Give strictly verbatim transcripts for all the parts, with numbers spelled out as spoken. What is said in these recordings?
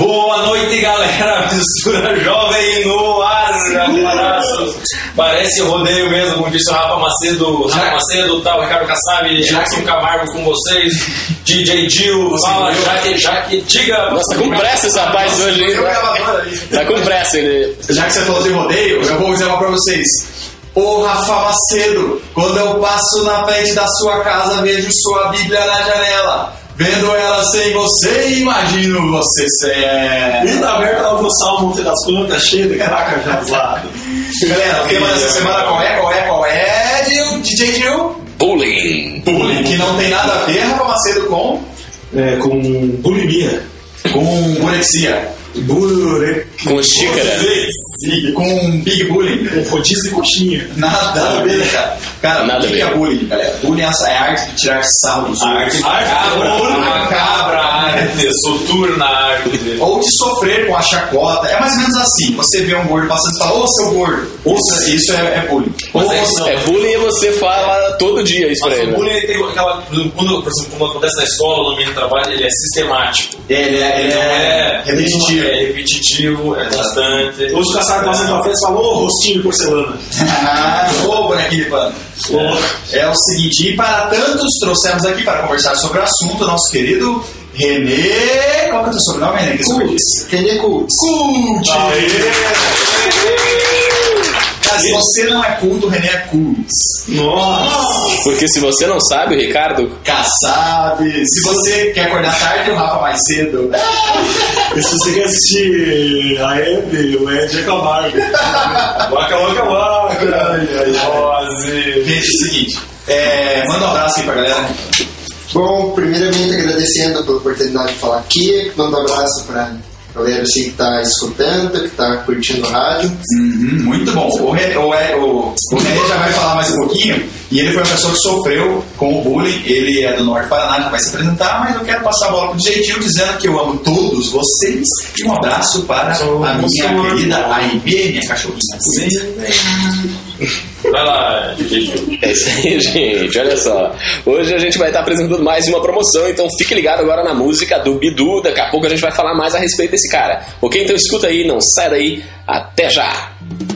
Boa noite, galera. Mistura Jovem no ar. Abraços. Parece rodeio mesmo, como disse o Rafa Macedo. Rafa Macedo, tal, Ricardo Kassab, Jackson Camargo com vocês. D J Gil, fala, Jaque, Jaque, diga. Nossa, tá com pressa esse rapaz hoje. Tá com pressa ele. Já que você falou de rodeio, eu vou dizer uma pra vocês. Ô Rafa Macedo, quando eu passo na frente da sua casa, vejo sua Bíblia na janela. Vendo ela sem você, imagino você sem. E tá aberto lá pro Salmo Monte das Plantas, cheio de caraca já usado. Galera, o tema dessa semana qual é? Qual é? Qual é? D J Gil? Bullying. Bullying, que não tem nada a ver, Rafa Macedo, com... É, com bulimia. Com bulexia. Bure... Com xícara. Com big bullying. Com rodízio de coxinha. Nada a ver, cara. Cara, Nada o que, que é bullying, galera? Bullying é a arte de tirar sarro dos outros. Macabra, macabra arte, soturna arte. Ou de sofrer com a chacota. É mais ou menos assim. Você vê um gordo passando e fala, ô, seu gordo. Ouça, isso é, é bullying. Mas é, isso, é bullying e você fala todo dia isso pra ele. ele. O bullying tem aquela. Quando, por exemplo, quando acontece na escola, no meio do trabalho, ele é sistemático. Ele é, ele é, é repetitivo. É repetitivo, é constante. Hoje o Kassab passando pra frente e falou, ô, rostinho de porcelana. Ah, ô, bonequinho de pano. É o seguinte, e para tantos, trouxemos aqui para conversar sobre o assunto nosso querido René. Qual é o teu sobrenome, René? Kultz. René Kultz. Kultz! Se você não é culto, o René é Kultz. Nossa! Porque se você não sabe, o Ricardo Kassab. Se você quer acordar tarde, o Rafa mais cedo. E se você quer assistir a Hebe, o Ed é Camargo. Waka waka waka. Gente, é o seguinte, é, manda um abraço aí pra galera. Bom, primeiramente agradecendo pela oportunidade de falar aqui. Mando um abraço pra galera assim, que está escutando, que está curtindo o rádio. Uhum, muito bom. O René, o, o, o René já vai falar mais um pouquinho. E ele foi uma pessoa que sofreu com o bullying. Ele é do Norte do Paraná, não vai se apresentar, mas eu quero passar a bola pro D J Gil dizendo que eu amo todos vocês. E um abraço para Sou a minha querida A I B, minha cachorrinha. Vai lá, D J Gil. É isso aí, gente. Olha só. Hoje a gente vai estar apresentando mais uma promoção, então fique ligado agora na música do Bidu. Daqui a pouco a gente vai falar mais a respeito desse cara. Ok? Então escuta aí, não sai daí. Até já!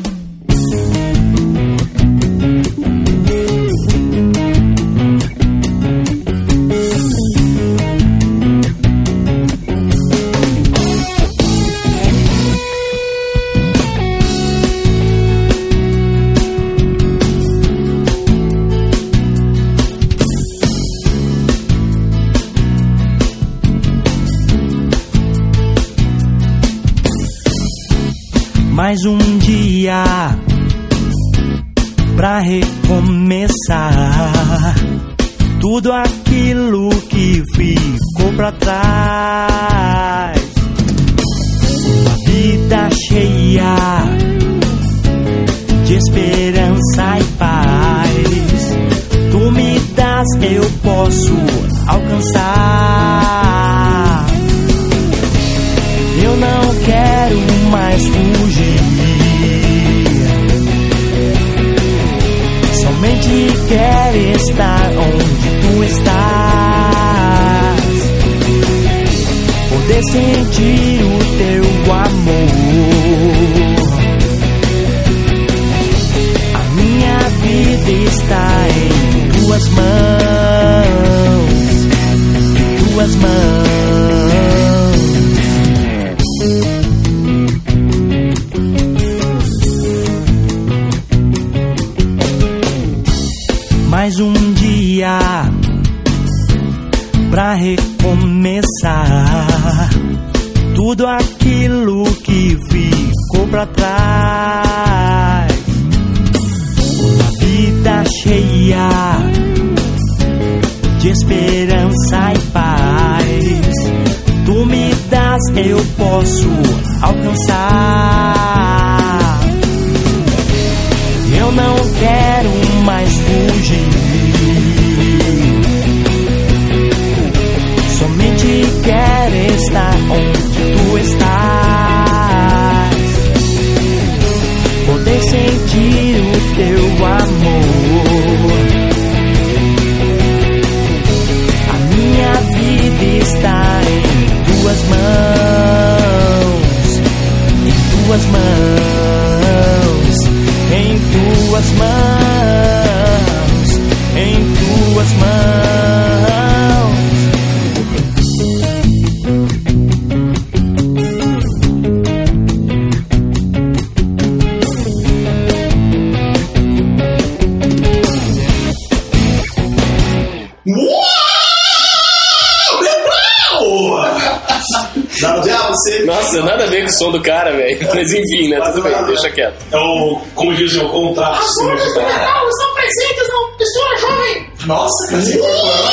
Mais um dia pra recomeçar tudo aquilo que ficou pra trás. Uma vida cheia de esperança e paz. Tu me das, eu posso alcançar. Eu não quero mais fugir, somente quero estar onde tu estás, poder sentir o teu amor. A minha vida está em tuas mãos, em tuas mãos. Mais um dia pra recomeçar tudo aquilo que ficou pra trás. Uma vida cheia de esperança e paz. Tu me das, eu posso alcançar. Eu não quero mais fugir, somente quero estar onde tu estás, poder sentir o teu amor. A minha vida está em tuas mãos. Nada, Já você. Nossa, nada a ver com o som do cara, velho. Mas enfim, né? Tudo bem, deixa quieto. É o, como dizem, o contrato. As ruas do Federal estão presentes no Mistura Jovem. Nossa, cara, você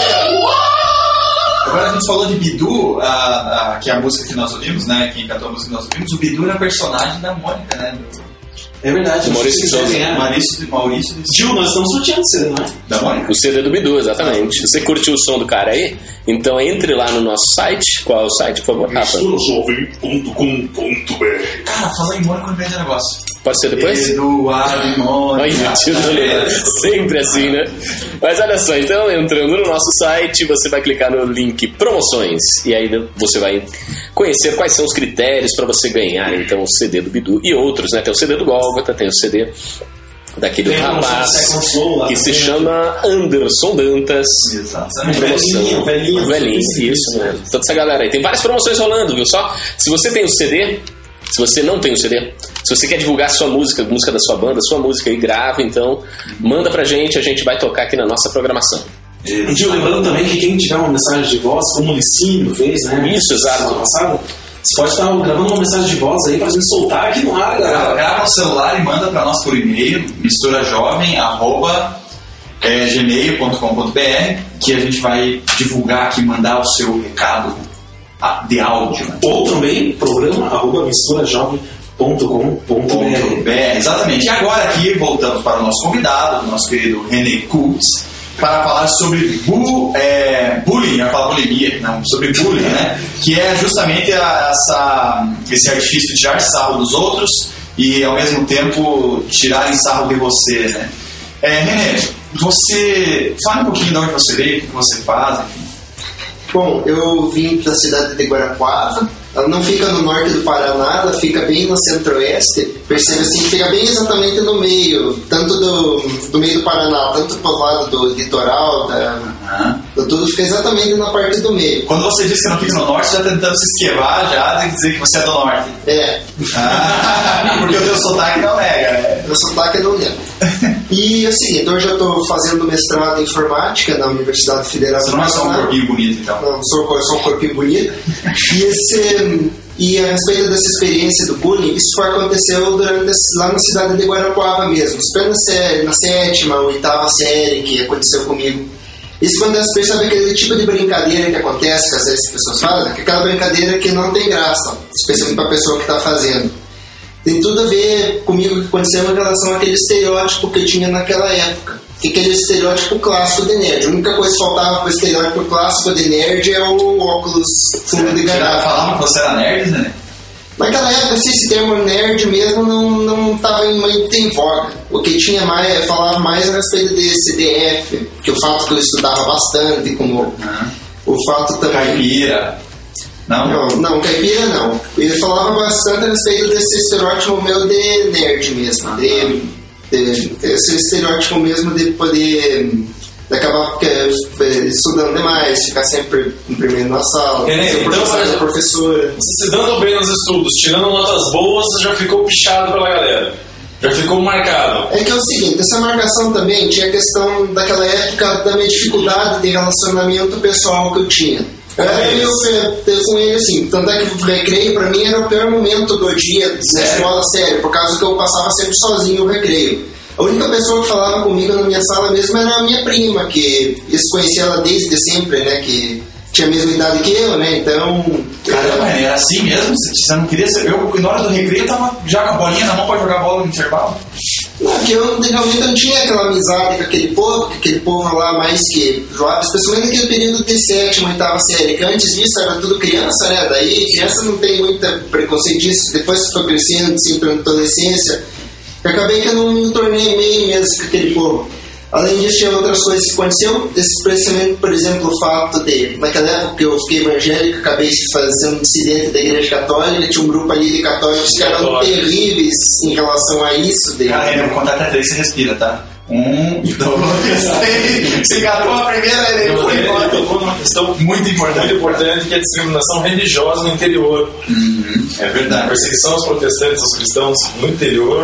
Agora a gente falou de Bidu, a, a, que é a música que nós ouvimos, né? Quem cantou a música que nós ouvimos. O Bidu era personagem da Mônica, né? É verdade. Maurício Souza. Maurício, Maurício de Gil, nós estamos sorteando o C D, não é? Da Mônica? O C D do Bidu, exatamente. Você curtiu o som do cara aí? Então entre lá no nosso site. Qual é o site, por favor, Rafa? mistura jovem ponto com ponto b r. Cara, falando em Mônica, eu lembrei do negócio. Pode ser depois? Eduardo e Mônica. Ai, tio Juliano. Sempre assim, né? Mas olha só, então entrando no nosso site, você vai clicar no link promoções e aí você vai conhecer quais são os critérios para você ganhar então o C D do Bidu e outros, né? Tem o C D do Gólgota, tem o C D daquele Tem rapaz Soul, que se chama Anderson Dantas. Exatamente. Promoção. Velhinho, velhinho. Velhinho, isso mesmo. Toda essa galera aí. Tem várias promoções rolando, viu? Só se você tem o C D, se você não tem o C D, se você quer divulgar sua música, a música da sua banda, sua música aí, grava, então manda pra gente, a gente vai tocar aqui na nossa programação. E Gil, lembrando também que quem tiver uma mensagem de voz, como o Licínio fez, né? Isso, exato. Semana passada, você pode estar gravando uma mensagem de voz aí pra gente soltar aqui no ar, Grava, galera. grava no celular e manda pra nós por e-mail, misturajovem, arroba, é, gmail ponto com ponto b r, que a gente vai divulgar aqui, mandar o seu recado de áudio. Né? Ou também, programa, arroba misturajovem ponto com ponto b r. Exatamente. E agora aqui voltamos para o nosso convidado, o nosso querido René Kultz, para falar sobre bu, é, bullying, eu ia falar bulimia, não, sobre bullying, né? Que é justamente a, essa, esse artifício de tirar sarro dos outros e ao mesmo tempo tirarem sarro de você, né? É, René, você fala um pouquinho de onde você veio, o que você faz, enfim. Bom, eu vim da cidade de Guarapuava. Ela não fica no norte do Paraná, ela fica bem no centro-oeste. Percebe assim, fica bem exatamente no meio, tanto do, do meio do Paraná, tanto pro lado do litoral, da, Uhum. do tudo fica exatamente na parte do meio. Quando você diz que não fica no norte, já tentando se esquivar, já tem que dizer que você é do norte. É, Ah, porque o teu sotaque não nega, né? meu sotaque é não lembro. E é o seguinte, hoje eu estou fazendo mestrado em informática na Universidade Federal Você do não é só um Paraná. corpinho bonito, então. Não, sou, sou um corpinho bonito. E, esse, e a respeito dessa experiência do bullying, isso foi, aconteceu durante, lá na cidade de Guarapuava mesmo. Isso na, sé, na sétima, oitava série que aconteceu comigo. Isso quando você percebe aquele tipo de brincadeira que acontece, que às vezes as pessoas falam, que é aquela brincadeira que não tem graça, especialmente para a pessoa que está fazendo. Tem tudo a ver comigo que aconteceu em relação àquele estereótipo que eu tinha naquela época. Que aquele estereótipo clássico de nerd. A única coisa que faltava para o estereótipo clássico de nerd é o óculos fundo de Já garrafa. falavam que você era nerd, né? Naquela época, esse termo nerd mesmo não estava muito em voga. O que tinha mais, falava mais a respeito de C D F, que o fato que eu estudava bastante, como Uhum. o fato também... Caipira. Não? Não, não, caipira não. Ele falava bastante a respeito desse estereótipo meu de nerd mesmo. De, de, esse estereótipo mesmo de poder... De acabar porque, estudando demais, ficar sempre imprimindo na sala, É, ser então, professor, mas- professora. Se dando bem nos estudos, tirando notas boas, já ficou pichado pela galera. Já ficou marcado. É que é o seguinte, essa marcação também tinha a questão daquela época da minha dificuldade de relacionamento pessoal que eu tinha. Eu era meio eu com ele assim, tanto é que o recreio pra mim era o pior momento do dia na escola, sério, por causa que eu passava sempre sozinho o recreio. A única pessoa que falava comigo na minha sala mesmo era a minha prima, que eu conhecia ela desde sempre, né, que tinha a mesma idade que eu, né, então... Caramba, era assim mesmo? Você não queria ser... Eu, na hora do recreio, eu tava já com a bolinha na mão pra jogar bola no intervalo. Porque eu realmente não tinha aquela amizade com aquele povo, com aquele povo lá mais que jovem, especialmente naquele período de sétima, oitava série, que antes disso era tudo criança, né? Daí criança não tem muita preconceito disso, depois que foi crescendo, assim, pra adolescência, eu acabei que eu não me tornei meio mesmo com aquele povo. Além disso, tinha outras coisas que aconteceram, especialmente, por exemplo, o fato de, naquela época que eu fiquei evangélico, acabei fazendo um dissidente da igreja católica, tinha um grupo ali de católicos que eram Católicos. terríveis em relação a isso. De, Cara, eu vou contar até três, você respira, tá? Um, dois, três. Você engatou a primeira, ele foi Ele embora. tocou numa questão Muito importante. muito importante, que é a discriminação religiosa no interior. Uhum, é A verdade. perseguição aos protestantes, aos cristãos no interior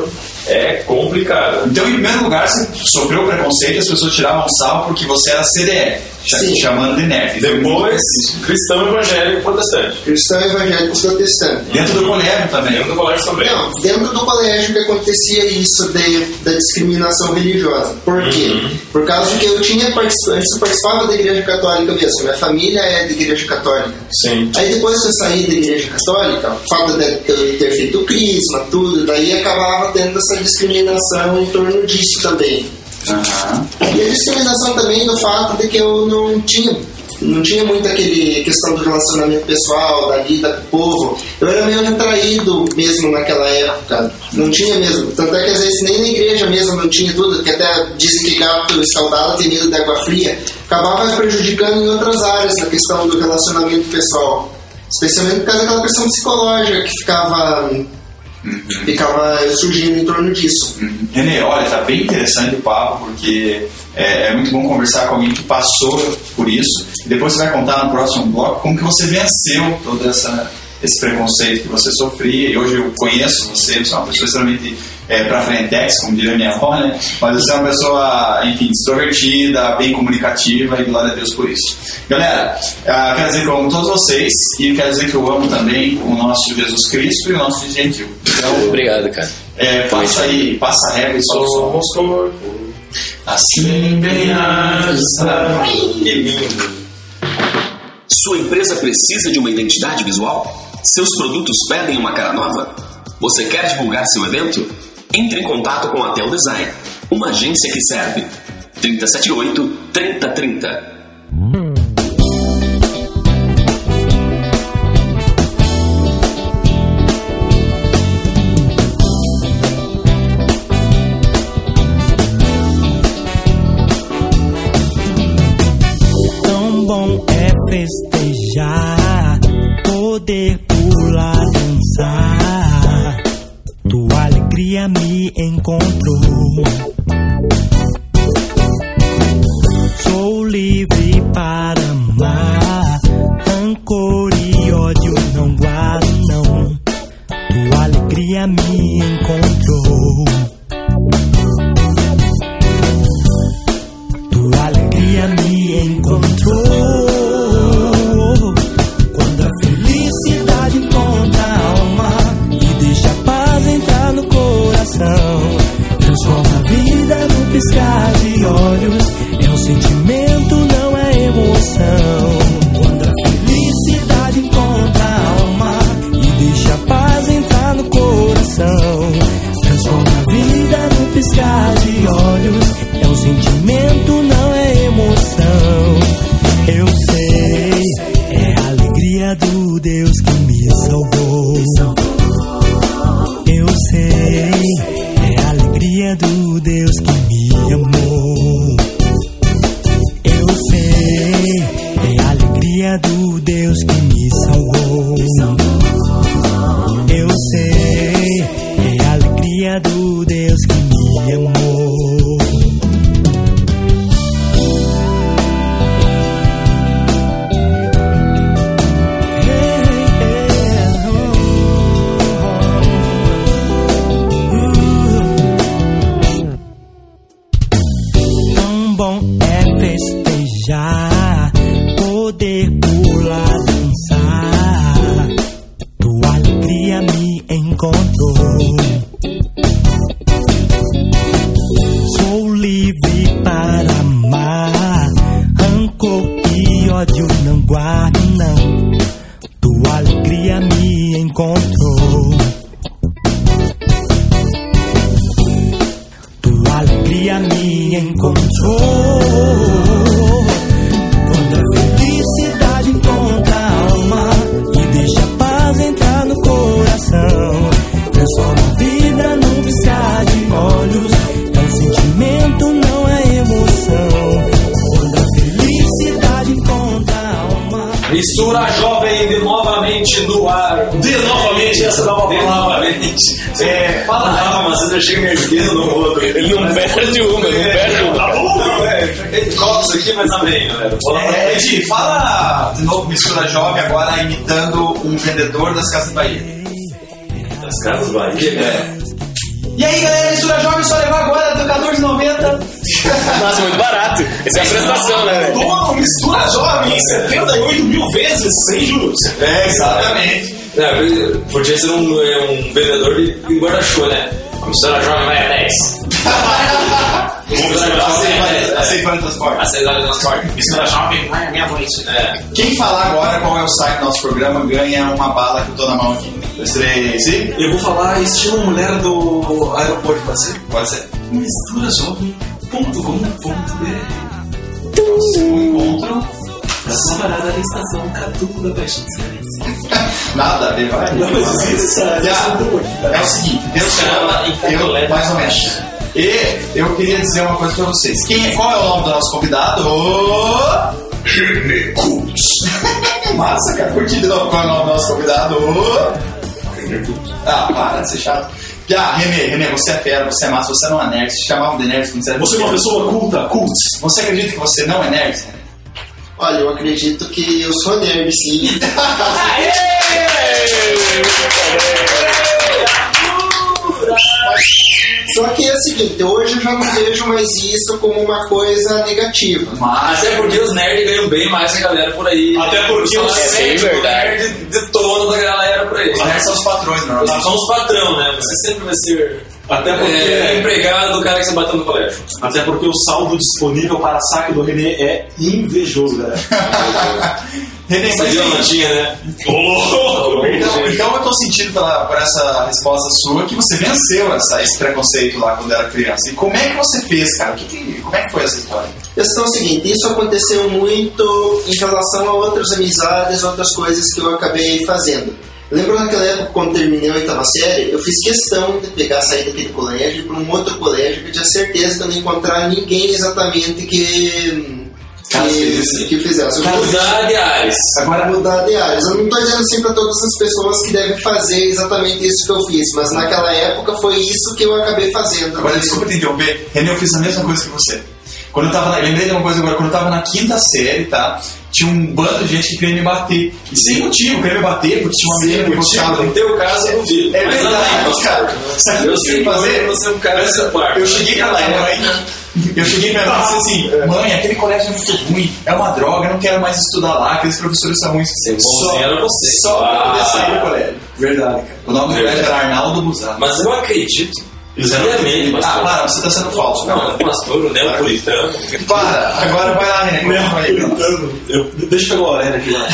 é complicado. Então, em primeiro lugar, você sofreu preconceito, as pessoas tiravam sarro porque você era C D F, Sim. chamando de nerd. Depois, cristão evangélico protestante. Cristão evangélico protestante. Dentro do colégio também. Dentro do colégio também. Não, dentro do colégio que acontecia isso de, da discriminação religiosa. Por quê? Uhum. Por causa que eu tinha participado, antes eu participava da igreja católica mesmo. Minha família é da igreja católica. Sim. Aí depois que eu saí da igreja católica, o fato de eu ter feito o crisma, tudo, daí acabava tendo essa discriminação em torno disso também. Uhum. E a discriminação também do fato de que eu não tinha não tinha muito aquele questão do relacionamento pessoal, da vida com o povo. Eu era meio retraído mesmo naquela época, não tinha mesmo, tanto é que às vezes nem na igreja mesmo não tinha tudo, que até dizem que gato escaldado tem medo de água fria, acabava prejudicando em outras áreas na questão do relacionamento pessoal, especialmente por causa daquela questão psicológica que ficava Uhum. ficava surgindo em torno disso. Uhum. Renê, olha, tá bem interessante o papo, porque é, é muito bom conversar com alguém que passou por isso, e depois você vai contar no próximo bloco como que você venceu todo essa, esse preconceito que você sofria, e hoje eu conheço você, você é uma pessoa extremamente é, pra frentex, como diria minha avó, né? Mas você é uma pessoa, enfim, extrovertida, bem comunicativa, e glória a Deus por isso. Galera, uh, quero dizer que eu amo todos vocês, e quero dizer que eu amo também o nosso Jesus Cristo e o nosso gentil. Então, obrigado, cara. É, passa aí, passa a régua e solta o som. Assim bem está. Que lindo. Sua empresa precisa de uma identidade visual? Seus produtos pedem uma cara nova? Você quer divulgar seu evento? Entre em contato com a Tel Design, uma agência que serve. trinta e sete oito, trinta trinta. Tão bom é festejar, poder pular, dançar. Tua alegria me encontrou. Sou livre para amar, rancor e ódio não guardo, não. Tua alegria me encontrou. Tua alegria me encontrou. Quando a felicidade encontra a alma e deixa a paz entrar no coração, transforma a vida no piscar de olhos. É um sentimento, não é emoção. Quando a felicidade encontra a alma e deixa a paz entrar no coração, transforma a vida no piscar de olhos. É um sentimento, não é emoção. Eu sei, é a alegria do Deus que me salvou. Eu sei, é a alegria do Deus que me amou. Eu sei, é a alegria do Deus que me salvou. Eu sei, é a alegria do Deus que me amou. Tão bom é festejar, poder pular, dançar. Tua alegria me encontrou. Sou livre para amar, rancor e ódio não guardo, não. Tua alegria me encontrou. Tua alegria me encontrou. Quando a felicidade encontra a alma e deixa a paz entrar no coração, transforma a vida num piscar de olhos. É um sentimento, não é emoção. Quando a felicidade encontra a alma. Mistura Jovem de novamente no ar. De novamente, essa dá uma De palavra. novamente. É, fala Rafa, mas você chega mergulhando no outro. Ele não perde uma, não perde uma. Tá bom, velho. Coloca isso aqui, mas amém, galera. É, Edi, fala de novo Mistura Jovem agora imitando um vendedor das Casas Bahia. Das Casas Bahia, É. E aí, galera, mistura jovem, só levar agora, tô quatorze reais e noventa centavos. Nossa, muito barato. Essa é a prestação, né, velho? Dono, mistura jovem em setenta e oito mil vezes sem juros. É, exatamente. É, podia ser um, um vendedor de guarda-chuva, né? A mistura jovem vai a dez. Aceitando transporte. Aceitando transporte. Mistura jovem vai a minha noite. É. Quem falar agora qual é o site do nosso programa ganha uma bala que eu tô na mão aqui. Dois, três, e... Eu vou falar estilo mulher do aeroporto, pode ser? Pode ser. mistura jovem ponto com ponto b r. Um encontro. É só parada na estação Catulo da Paixão Cearense. Nada a ver, vai. Não, mas isso é- Já, é o seguinte, Deus chama, eu, mais ou menos. E eu queria dizer uma coisa pra vocês. Quem é, qual é o nome do nosso convidado? René Kultz. Massa, cara. Curti de novo qual é o nome do nosso convidado? René Kultz. Ah, para de ser chato. Já, René, René, você é fera, você é massa, você não é nerd. Se chamavam de nerd quando você era Você é uma pessoa culta, Kultz. Você acredita que você não é nerd, René? Olha, eu acredito que eu sou nerd, sim. Só que é o seguinte, hoje eu já não vejo mais isso como uma coisa negativa. Mas até porque os nerds ganham bem mais que a galera por aí. Até porque os os- é é verdade. nerd de todo da galera por aí. Os nerds são os patrões, não. Nós somos patrão, né? Você sempre vai ser Até porque, é, empregado do cara que você bateu no colégio. até porque o saldo disponível para saque do René é invejoso, galera. René, Você mas viu a aí- notinha, né? Então, então eu tô sentindo pela, por essa resposta sua que você venceu essa, esse preconceito lá quando era criança. E como é que você fez, cara? O que que- como é que foi essa história? A questão é o seguinte, isso aconteceu muito em relação a outras amizades, outras coisas que eu acabei fazendo. Lembro naquela época, quando terminei a oitava série, eu fiz questão de pegar, sair daquele colégio para um outro colégio, que eu tinha certeza que eu não ia encontrar ninguém exatamente que, Cara, fez que, isso. que fizesse. Eu vou Mudar de áreas. agora mudar de áreas. Eu não estou dizendo assim para todas as pessoas que devem fazer exatamente isso que eu fiz, mas naquela época foi isso que eu acabei fazendo. Agora, desculpa te interromper. René, eu fiz a mesma coisa que você. Quando eu tava na, lembrei de uma coisa agora, quando eu tava na quinta série, tá? Tinha um bando de gente que queria me bater. E sem motivo, queria me bater, porque tinha uma menina que gostava. No teu caso, eu duvido. É Mas verdade, não tem, cara. Sabe o que Eu eu sei tive que fazer? você é um cara dessa parte. Eu cheguei pra minha mãe, eu cheguei pra minha mãe e disse assim, mãe, aquele colégio é muito ruim, é uma droga, eu não quero mais estudar lá, aqueles professores são ruins. Só era você. Só pra poder Ah. sair do colégio. Verdade, cara. O nome do colégio era Arnaldo Buzato. Mas eu acredito, exatamente, Ah, pastor. para, você tá sendo falso. Não, o pastor, o neopuritano. Para, agora vai lá, René. Conta pra ele pra nós. Eu, deixa eu pegar o Aurélia aqui lá.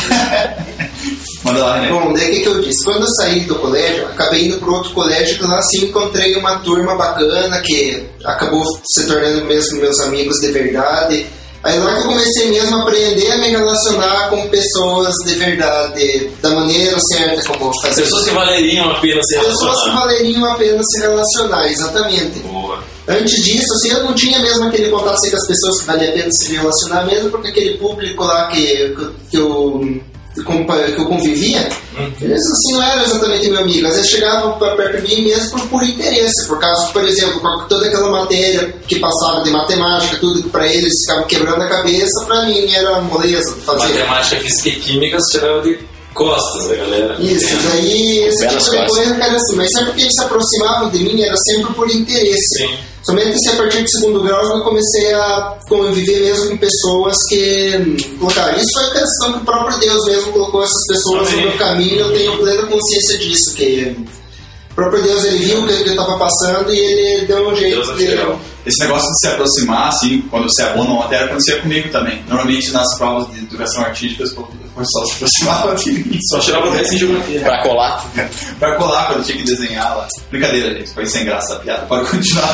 Manda lá, René. Bom, daí o que, que eu disse? Quando eu saí do colégio, acabei indo para outro colégio que lá sim encontrei uma turma bacana que acabou se tornando mesmo meus amigos de verdade. Aí lá que eu comecei mesmo a aprender a me relacionar com pessoas de verdade, da maneira certa como fazer. Pessoas que valeriam a pena ser Pessoas que relacionadas. valeriam a pena se relacionar, exatamente. Boa. Antes disso, assim, eu não tinha mesmo aquele contato assim, com as pessoas que valia a pena se relacionar, mesmo porque aquele público lá que, que, que eu que eu convivia, Uhum. eles assim não eram exatamente meu amigo. Às vezes chegavam pra perto de mim mesmo por, por interesse, por causa, por exemplo, com toda aquela matéria que passava de matemática, tudo que pra eles ficavam quebrando a cabeça, pra mim era moleza de fazer. Matemática, física e química se tirava de costas, né, galera? Isso, daí esse Pé nas tipo de costas. coisa, cara, assim, mas sempre que eles se aproximavam de mim era sempre por interesse. Sim. Somente se a partir do segundo grau eu comecei a conviver mesmo com pessoas que hum, colocaram. Isso foi questão que o próprio Deus mesmo colocou essas pessoas Amém. no meu caminho, eu tenho plena consciência disso, que hum, o próprio Deus ele viu o que eu estava passando e ele deu um jeito Deus é de. fiel. Esse negócio de se aproximar, assim, quando você é bom numa matéria, acontecia comigo também. Normalmente nas provas de educação artística, o pessoal se aproximava de mim. Só tirava dez em geografia. Pra colar. Pra colar quando tinha que desenhar lá. Brincadeira, gente. Foi sem graça a piada. Pode continuar.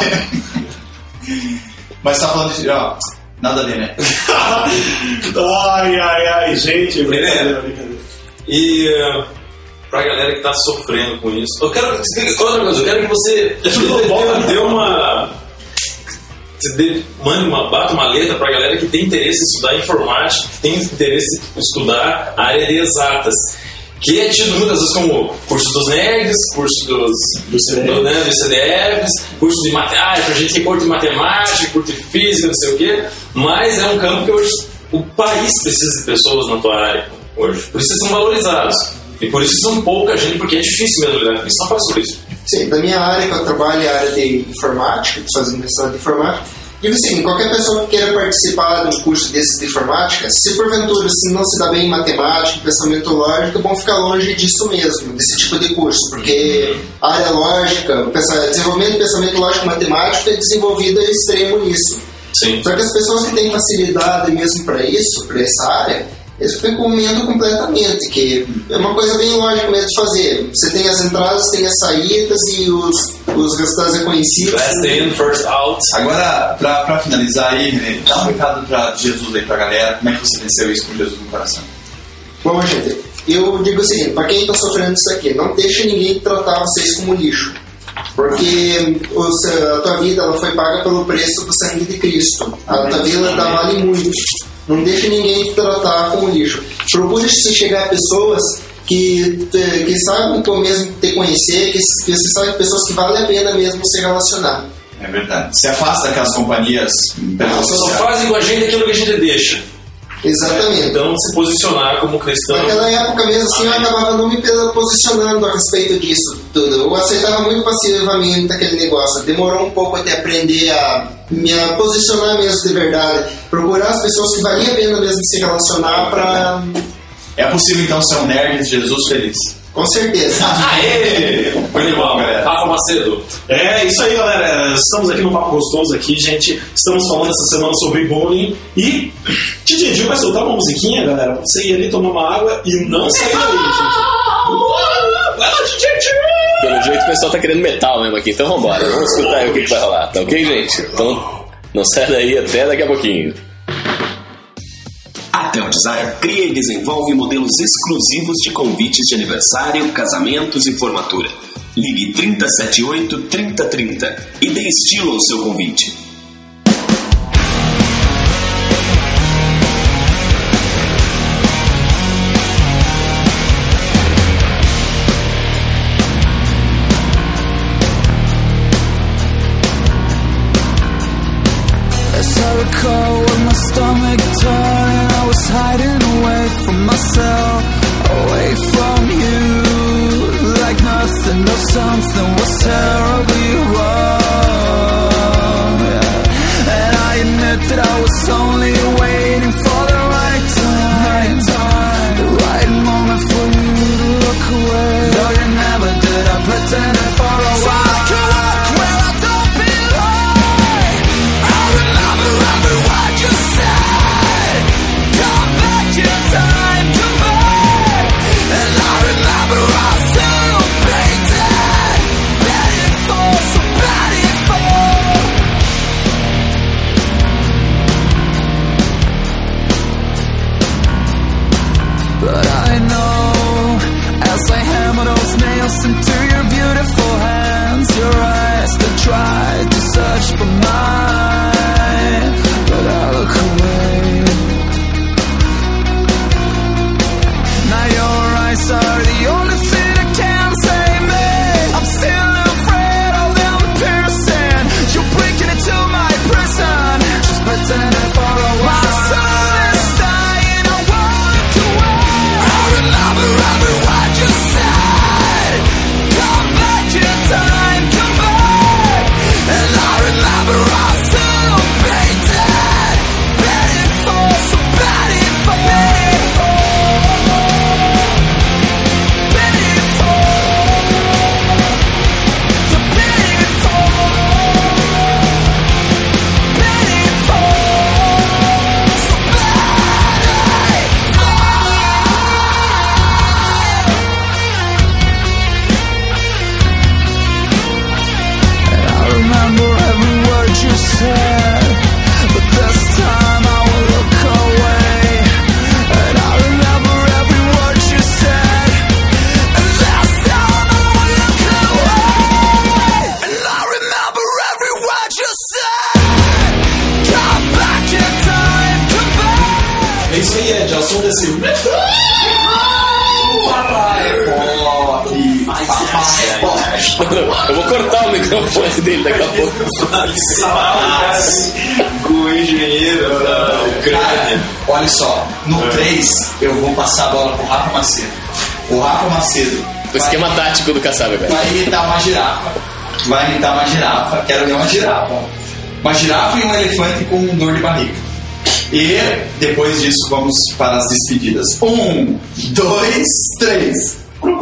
Mas tá falando de... Ó, nada a ver, né? Ai, ai, ai, gente. Brincadeira, brincadeira. E uh, pra galera que tá sofrendo com isso, eu quero. Outra coisa, eu quero que você dê, dê uma. Você dê, mande uma, bata uma letra pra galera que tem interesse em estudar informática, que tem interesse em estudar a área de exatas. Que é tido muitas vezes como curso dos nerds, curso dos, Do C D F. do, né, dos C D Fs, curso de matemática, pra gente que curte matemática, curte física, não sei o quê, mas é um campo que hoje o país precisa de pessoas na tua área hoje. Por isso eles são valorizados. E por isso são pouca gente, porque é difícil mesmo lidar com isso. Não faz por isso. Sim, da minha área, que eu trabalho, é a área de informática, estou fazendo mestrado de informática. Digo assim, qualquer pessoa que queira participar de um curso desse de informática, se porventura se não se dá bem em matemática, pensamento lógico, é bom ficar longe disso mesmo, desse tipo de curso, porque a área lógica, o desenvolvimento de pensamento lógico e matemático é desenvolvido ao extremo nisso. Sim. Só que as pessoas que têm facilidade mesmo para isso, para essa área, eles recomendam completamente, que é uma coisa bem lógica mesmo de fazer. Você tem as entradas, tem as saídas e os, os resultados reconhecidos. Last in, first out. Agora, pra, pra finalizar aí, René, dá um recado pra Jesus aí pra galera. Como é que você venceu isso com Jesus no coração? Bom, gente, eu digo o seguinte, para quem está sofrendo isso aqui, não deixe ninguém tratar vocês como lixo. Porque os, a tua vida ela foi paga pelo preço do sangue de Cristo. A tua vida ela vale muito. Não deixe ninguém te tratar como lixo. Procure se chegar a pessoas que, que sabem que mesmo te conhecer, que, que você sabe pessoas que vale a pena mesmo se relacionar. É verdade. Se afasta daquelas companhias. Só fazem com a gente aquilo que a gente deixa. Exatamente. Então, se posicionar como cristão. Naquela época mesmo, assim, eu acabava não me posicionando a respeito disso tudo. Eu aceitava muito passivamente aquele negócio. Demorou um pouco até aprender a me posicionar mesmo de verdade. Procurar as pessoas que valia a pena mesmo se relacionar para... É possível, então, ser um nerd de Jesus feliz? Com certeza. Aê! Muito bom, galera. Rafa Macedo. É isso aí, galera. Estamos aqui no Papo Gostoso aqui, gente. Estamos falando essa semana sobre bullying. E D J Gil vai soltar uma musiquinha, galera, pra você ir ali tomar uma água e não sair daí, gente. Vai lá, D J Gil! Pelo jeito o pessoal tá querendo metal mesmo aqui, então vambora. Vamos escutar aí o que, que vai rolar, tá ok, gente? Então não sai daí até daqui a pouquinho. A Tel Design cria e desenvolve modelos exclusivos de convites de aniversário, casamentos e formatura. Ligue trinta setenta e oito, trinta trinta e dê estilo ao seu convite. As I recall with my stomach turning, I was hiding away from myself, away from you, like nothing or something was terribly wrong. Yeah. And I admit that I was only waiting for the right time, time, the right moment for you to look away. Though you never did, I pretended for a while. So I can walk where I don't belong. I remember every word you said. Come back in time, come back. And I remember I still painted. Beautiful, so beautiful. But I know, as I hammer those nails into your beautiful hands, your eyes that tried to search for mine, but I look away. Now your eyes are the only thing that can save me. I'm still afraid of them piercing. You're breaking into my prison, just pretending for a while. My soul is dying, I won't look away. I remember every word you said. Come back in time, come back. And I remember I still painted. Beautiful, so beautiful. Beautiful. So beautiful. Beautiful. So And I remember every word you said, but this time I will look away. And I remember every word you said, and this time I will look away. And I remember every word you said. Come back in time, come back. É isso aí, Ed. Ao som desse... Eu vou cortar o microfone dele daqui a pouco. O engenheiro da Ucrânia. Olha só, no três eu vou passar a bola pro Rafa Macedo. O Rafa Macedo O esquema tático do Kassab agora. Vai imitar uma girafa. Vai imitar uma girafa. Quero ver uma girafa. Uma girafa e um elefante com dor de barriga. E depois disso vamos para as despedidas. Um, dois, três.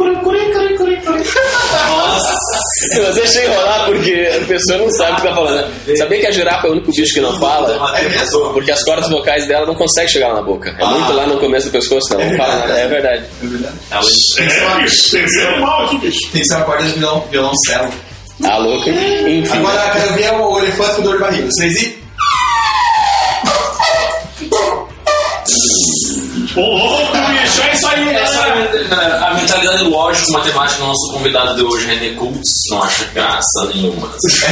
Nossa! Mas deixa eu enrolar porque a pessoa não sabe o que tá falando. Sabia que a girafa é o único bicho que não fala? É mesmo? Porque as cordas vocais dela não conseguem chegar lá na boca. É muito lá no começo do pescoço, não. Não fala nada. É verdade. É verdade. É, bicho, tem que ser animal aqui, bicho. Tem que ser uma corda de violão, violoncelo. Tá louco? Enfim. Agora quero ver o elefante com dor de barriga. Vocês e Ô, louco, bicho, é isso aí, Essa galera. a mentalidade lógica matemática do nosso convidado de hoje, René Kultz, não acha graça nenhuma.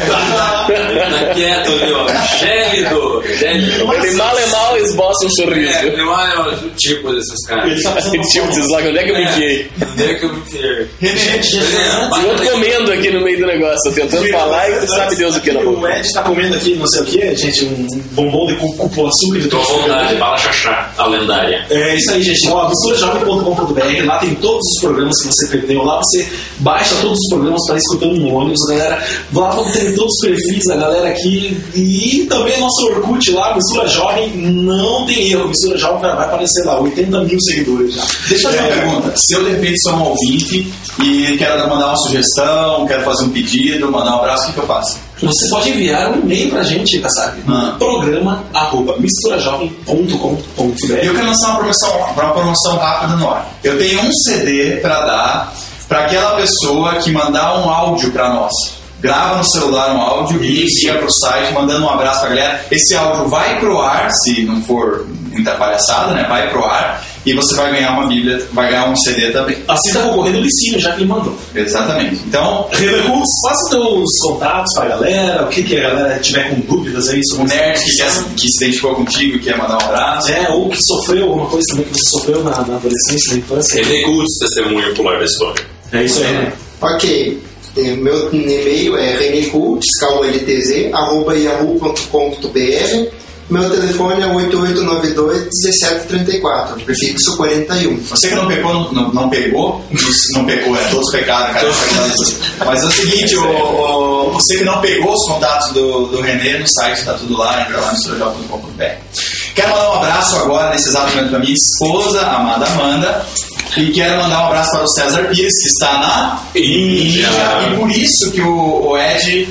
Tá quieto ali, ó. Gélido, gélido. Ele mal é mal esboça um sorriso. É, não é o tipo desses caras. Ele tá passando Tipo, diz lá, onde é que eu me enfiei? Onde é que eu me enfiei? Gente, gente, E outro comendo aqui no meio do negócio, tentando falar e sabe Deus o que na O boca. Ed tá comendo aqui, não sei o que, gente, um bombom de cupuaçu de Tô com vontade de bala xaxá, a lendária. É isso aí, gente. Ó, mistura jovem ponto com ponto b r, lá tem todos os programas que você perdeu. Lá você baixa todos os programas para escutar no ônibus, galera. Lá vão ter todos os perfis da galera aqui. E também nosso Orkut lá, Mistura Jovem, não tem erro. Mistura Jovem vai aparecer lá, oitenta mil seguidores já. deixa eu fazer uma pergunta. Se eu de repente sou um ouvinte e quero mandar uma sugestão, quero fazer um pedido, mandar um abraço, o que, que eu faço? Você pode enviar um e-mail pra gente, Kassab. Ah. Programa arroba mistura jovem ponto com ponto b r. Eu quero lançar uma promoção, uma promoção rápida no ar. Eu tenho um C D para dar para aquela pessoa que mandar um áudio para nós. Grava no celular um áudio e envia pro site mandando um abraço pra galera. Esse áudio vai pro ar, se não for muita palhaçada, né? Vai pro ar e você vai ganhar uma Bíblia, vai ganhar um C D também. Assim tá concorrendo o Licínio, já que ele mandou. Exatamente. Então, René Kultz, faça teus contatos pra galera, o que, que a galera tiver com dúvidas aí sobre o nerd que, quer, que se identificou contigo e quer mandar um abraço. É, ou que sofreu alguma coisa também que você sofreu na, na adolescência, na infância. René Kultz, testemunho ocular da história. É isso aí, né? Ok. Eh, Meu e-mail é renekultz, K U L T Z, arroba yahoo ponto com ponto b r. Meu telefone é oito oito nove dois, um sete três quatro, prefixo quarenta e um. Você que não pegou, não, não pegou, não pegou, é todos pecados, cara. Mas é o seguinte, o, o, você que não pegou os contatos do, do René no site, tá tudo lá, entra lá no mistura jovem ponto com ponto b r. Quero mandar um abraço agora, nesse exato momento, para minha esposa, amada Amanda. E quero mandar um abraço para o César Pires, que está na Índia. E por isso que o, o Ed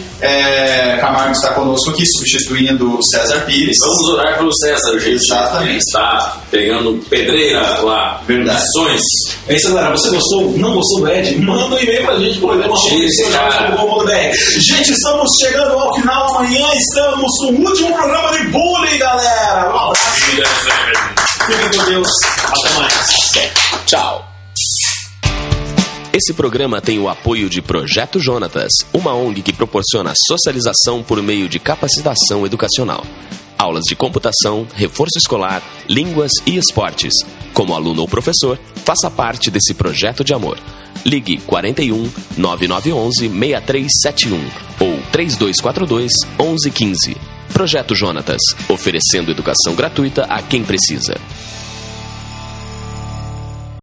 é, Camargo está conosco aqui, substituindo o César Pires. Vamos orar pelo César, gente. Exatamente. Ele está pegando pedreira lá. Verdade. Missões. É isso, galera. Você gostou? Não gostou do Ed? Manda um e-mail pra gente, programa Gente, estamos chegando ao final. Amanhã estamos com o último programa de bullying, galera. Um abraço. Fiquem com Deus. Até mais. Tchau. Esse programa tem o apoio de Projeto Jonatas, uma O N G que proporciona socialização por meio de capacitação educacional. Aulas de computação, reforço escolar, línguas e esportes. Como aluno ou professor, faça parte desse projeto de amor. Ligue quarenta e um, nove nove um um, seis três sete um ou três dois quatro dois, onze quinze. Projeto Jonatas, oferecendo educação gratuita a quem precisa.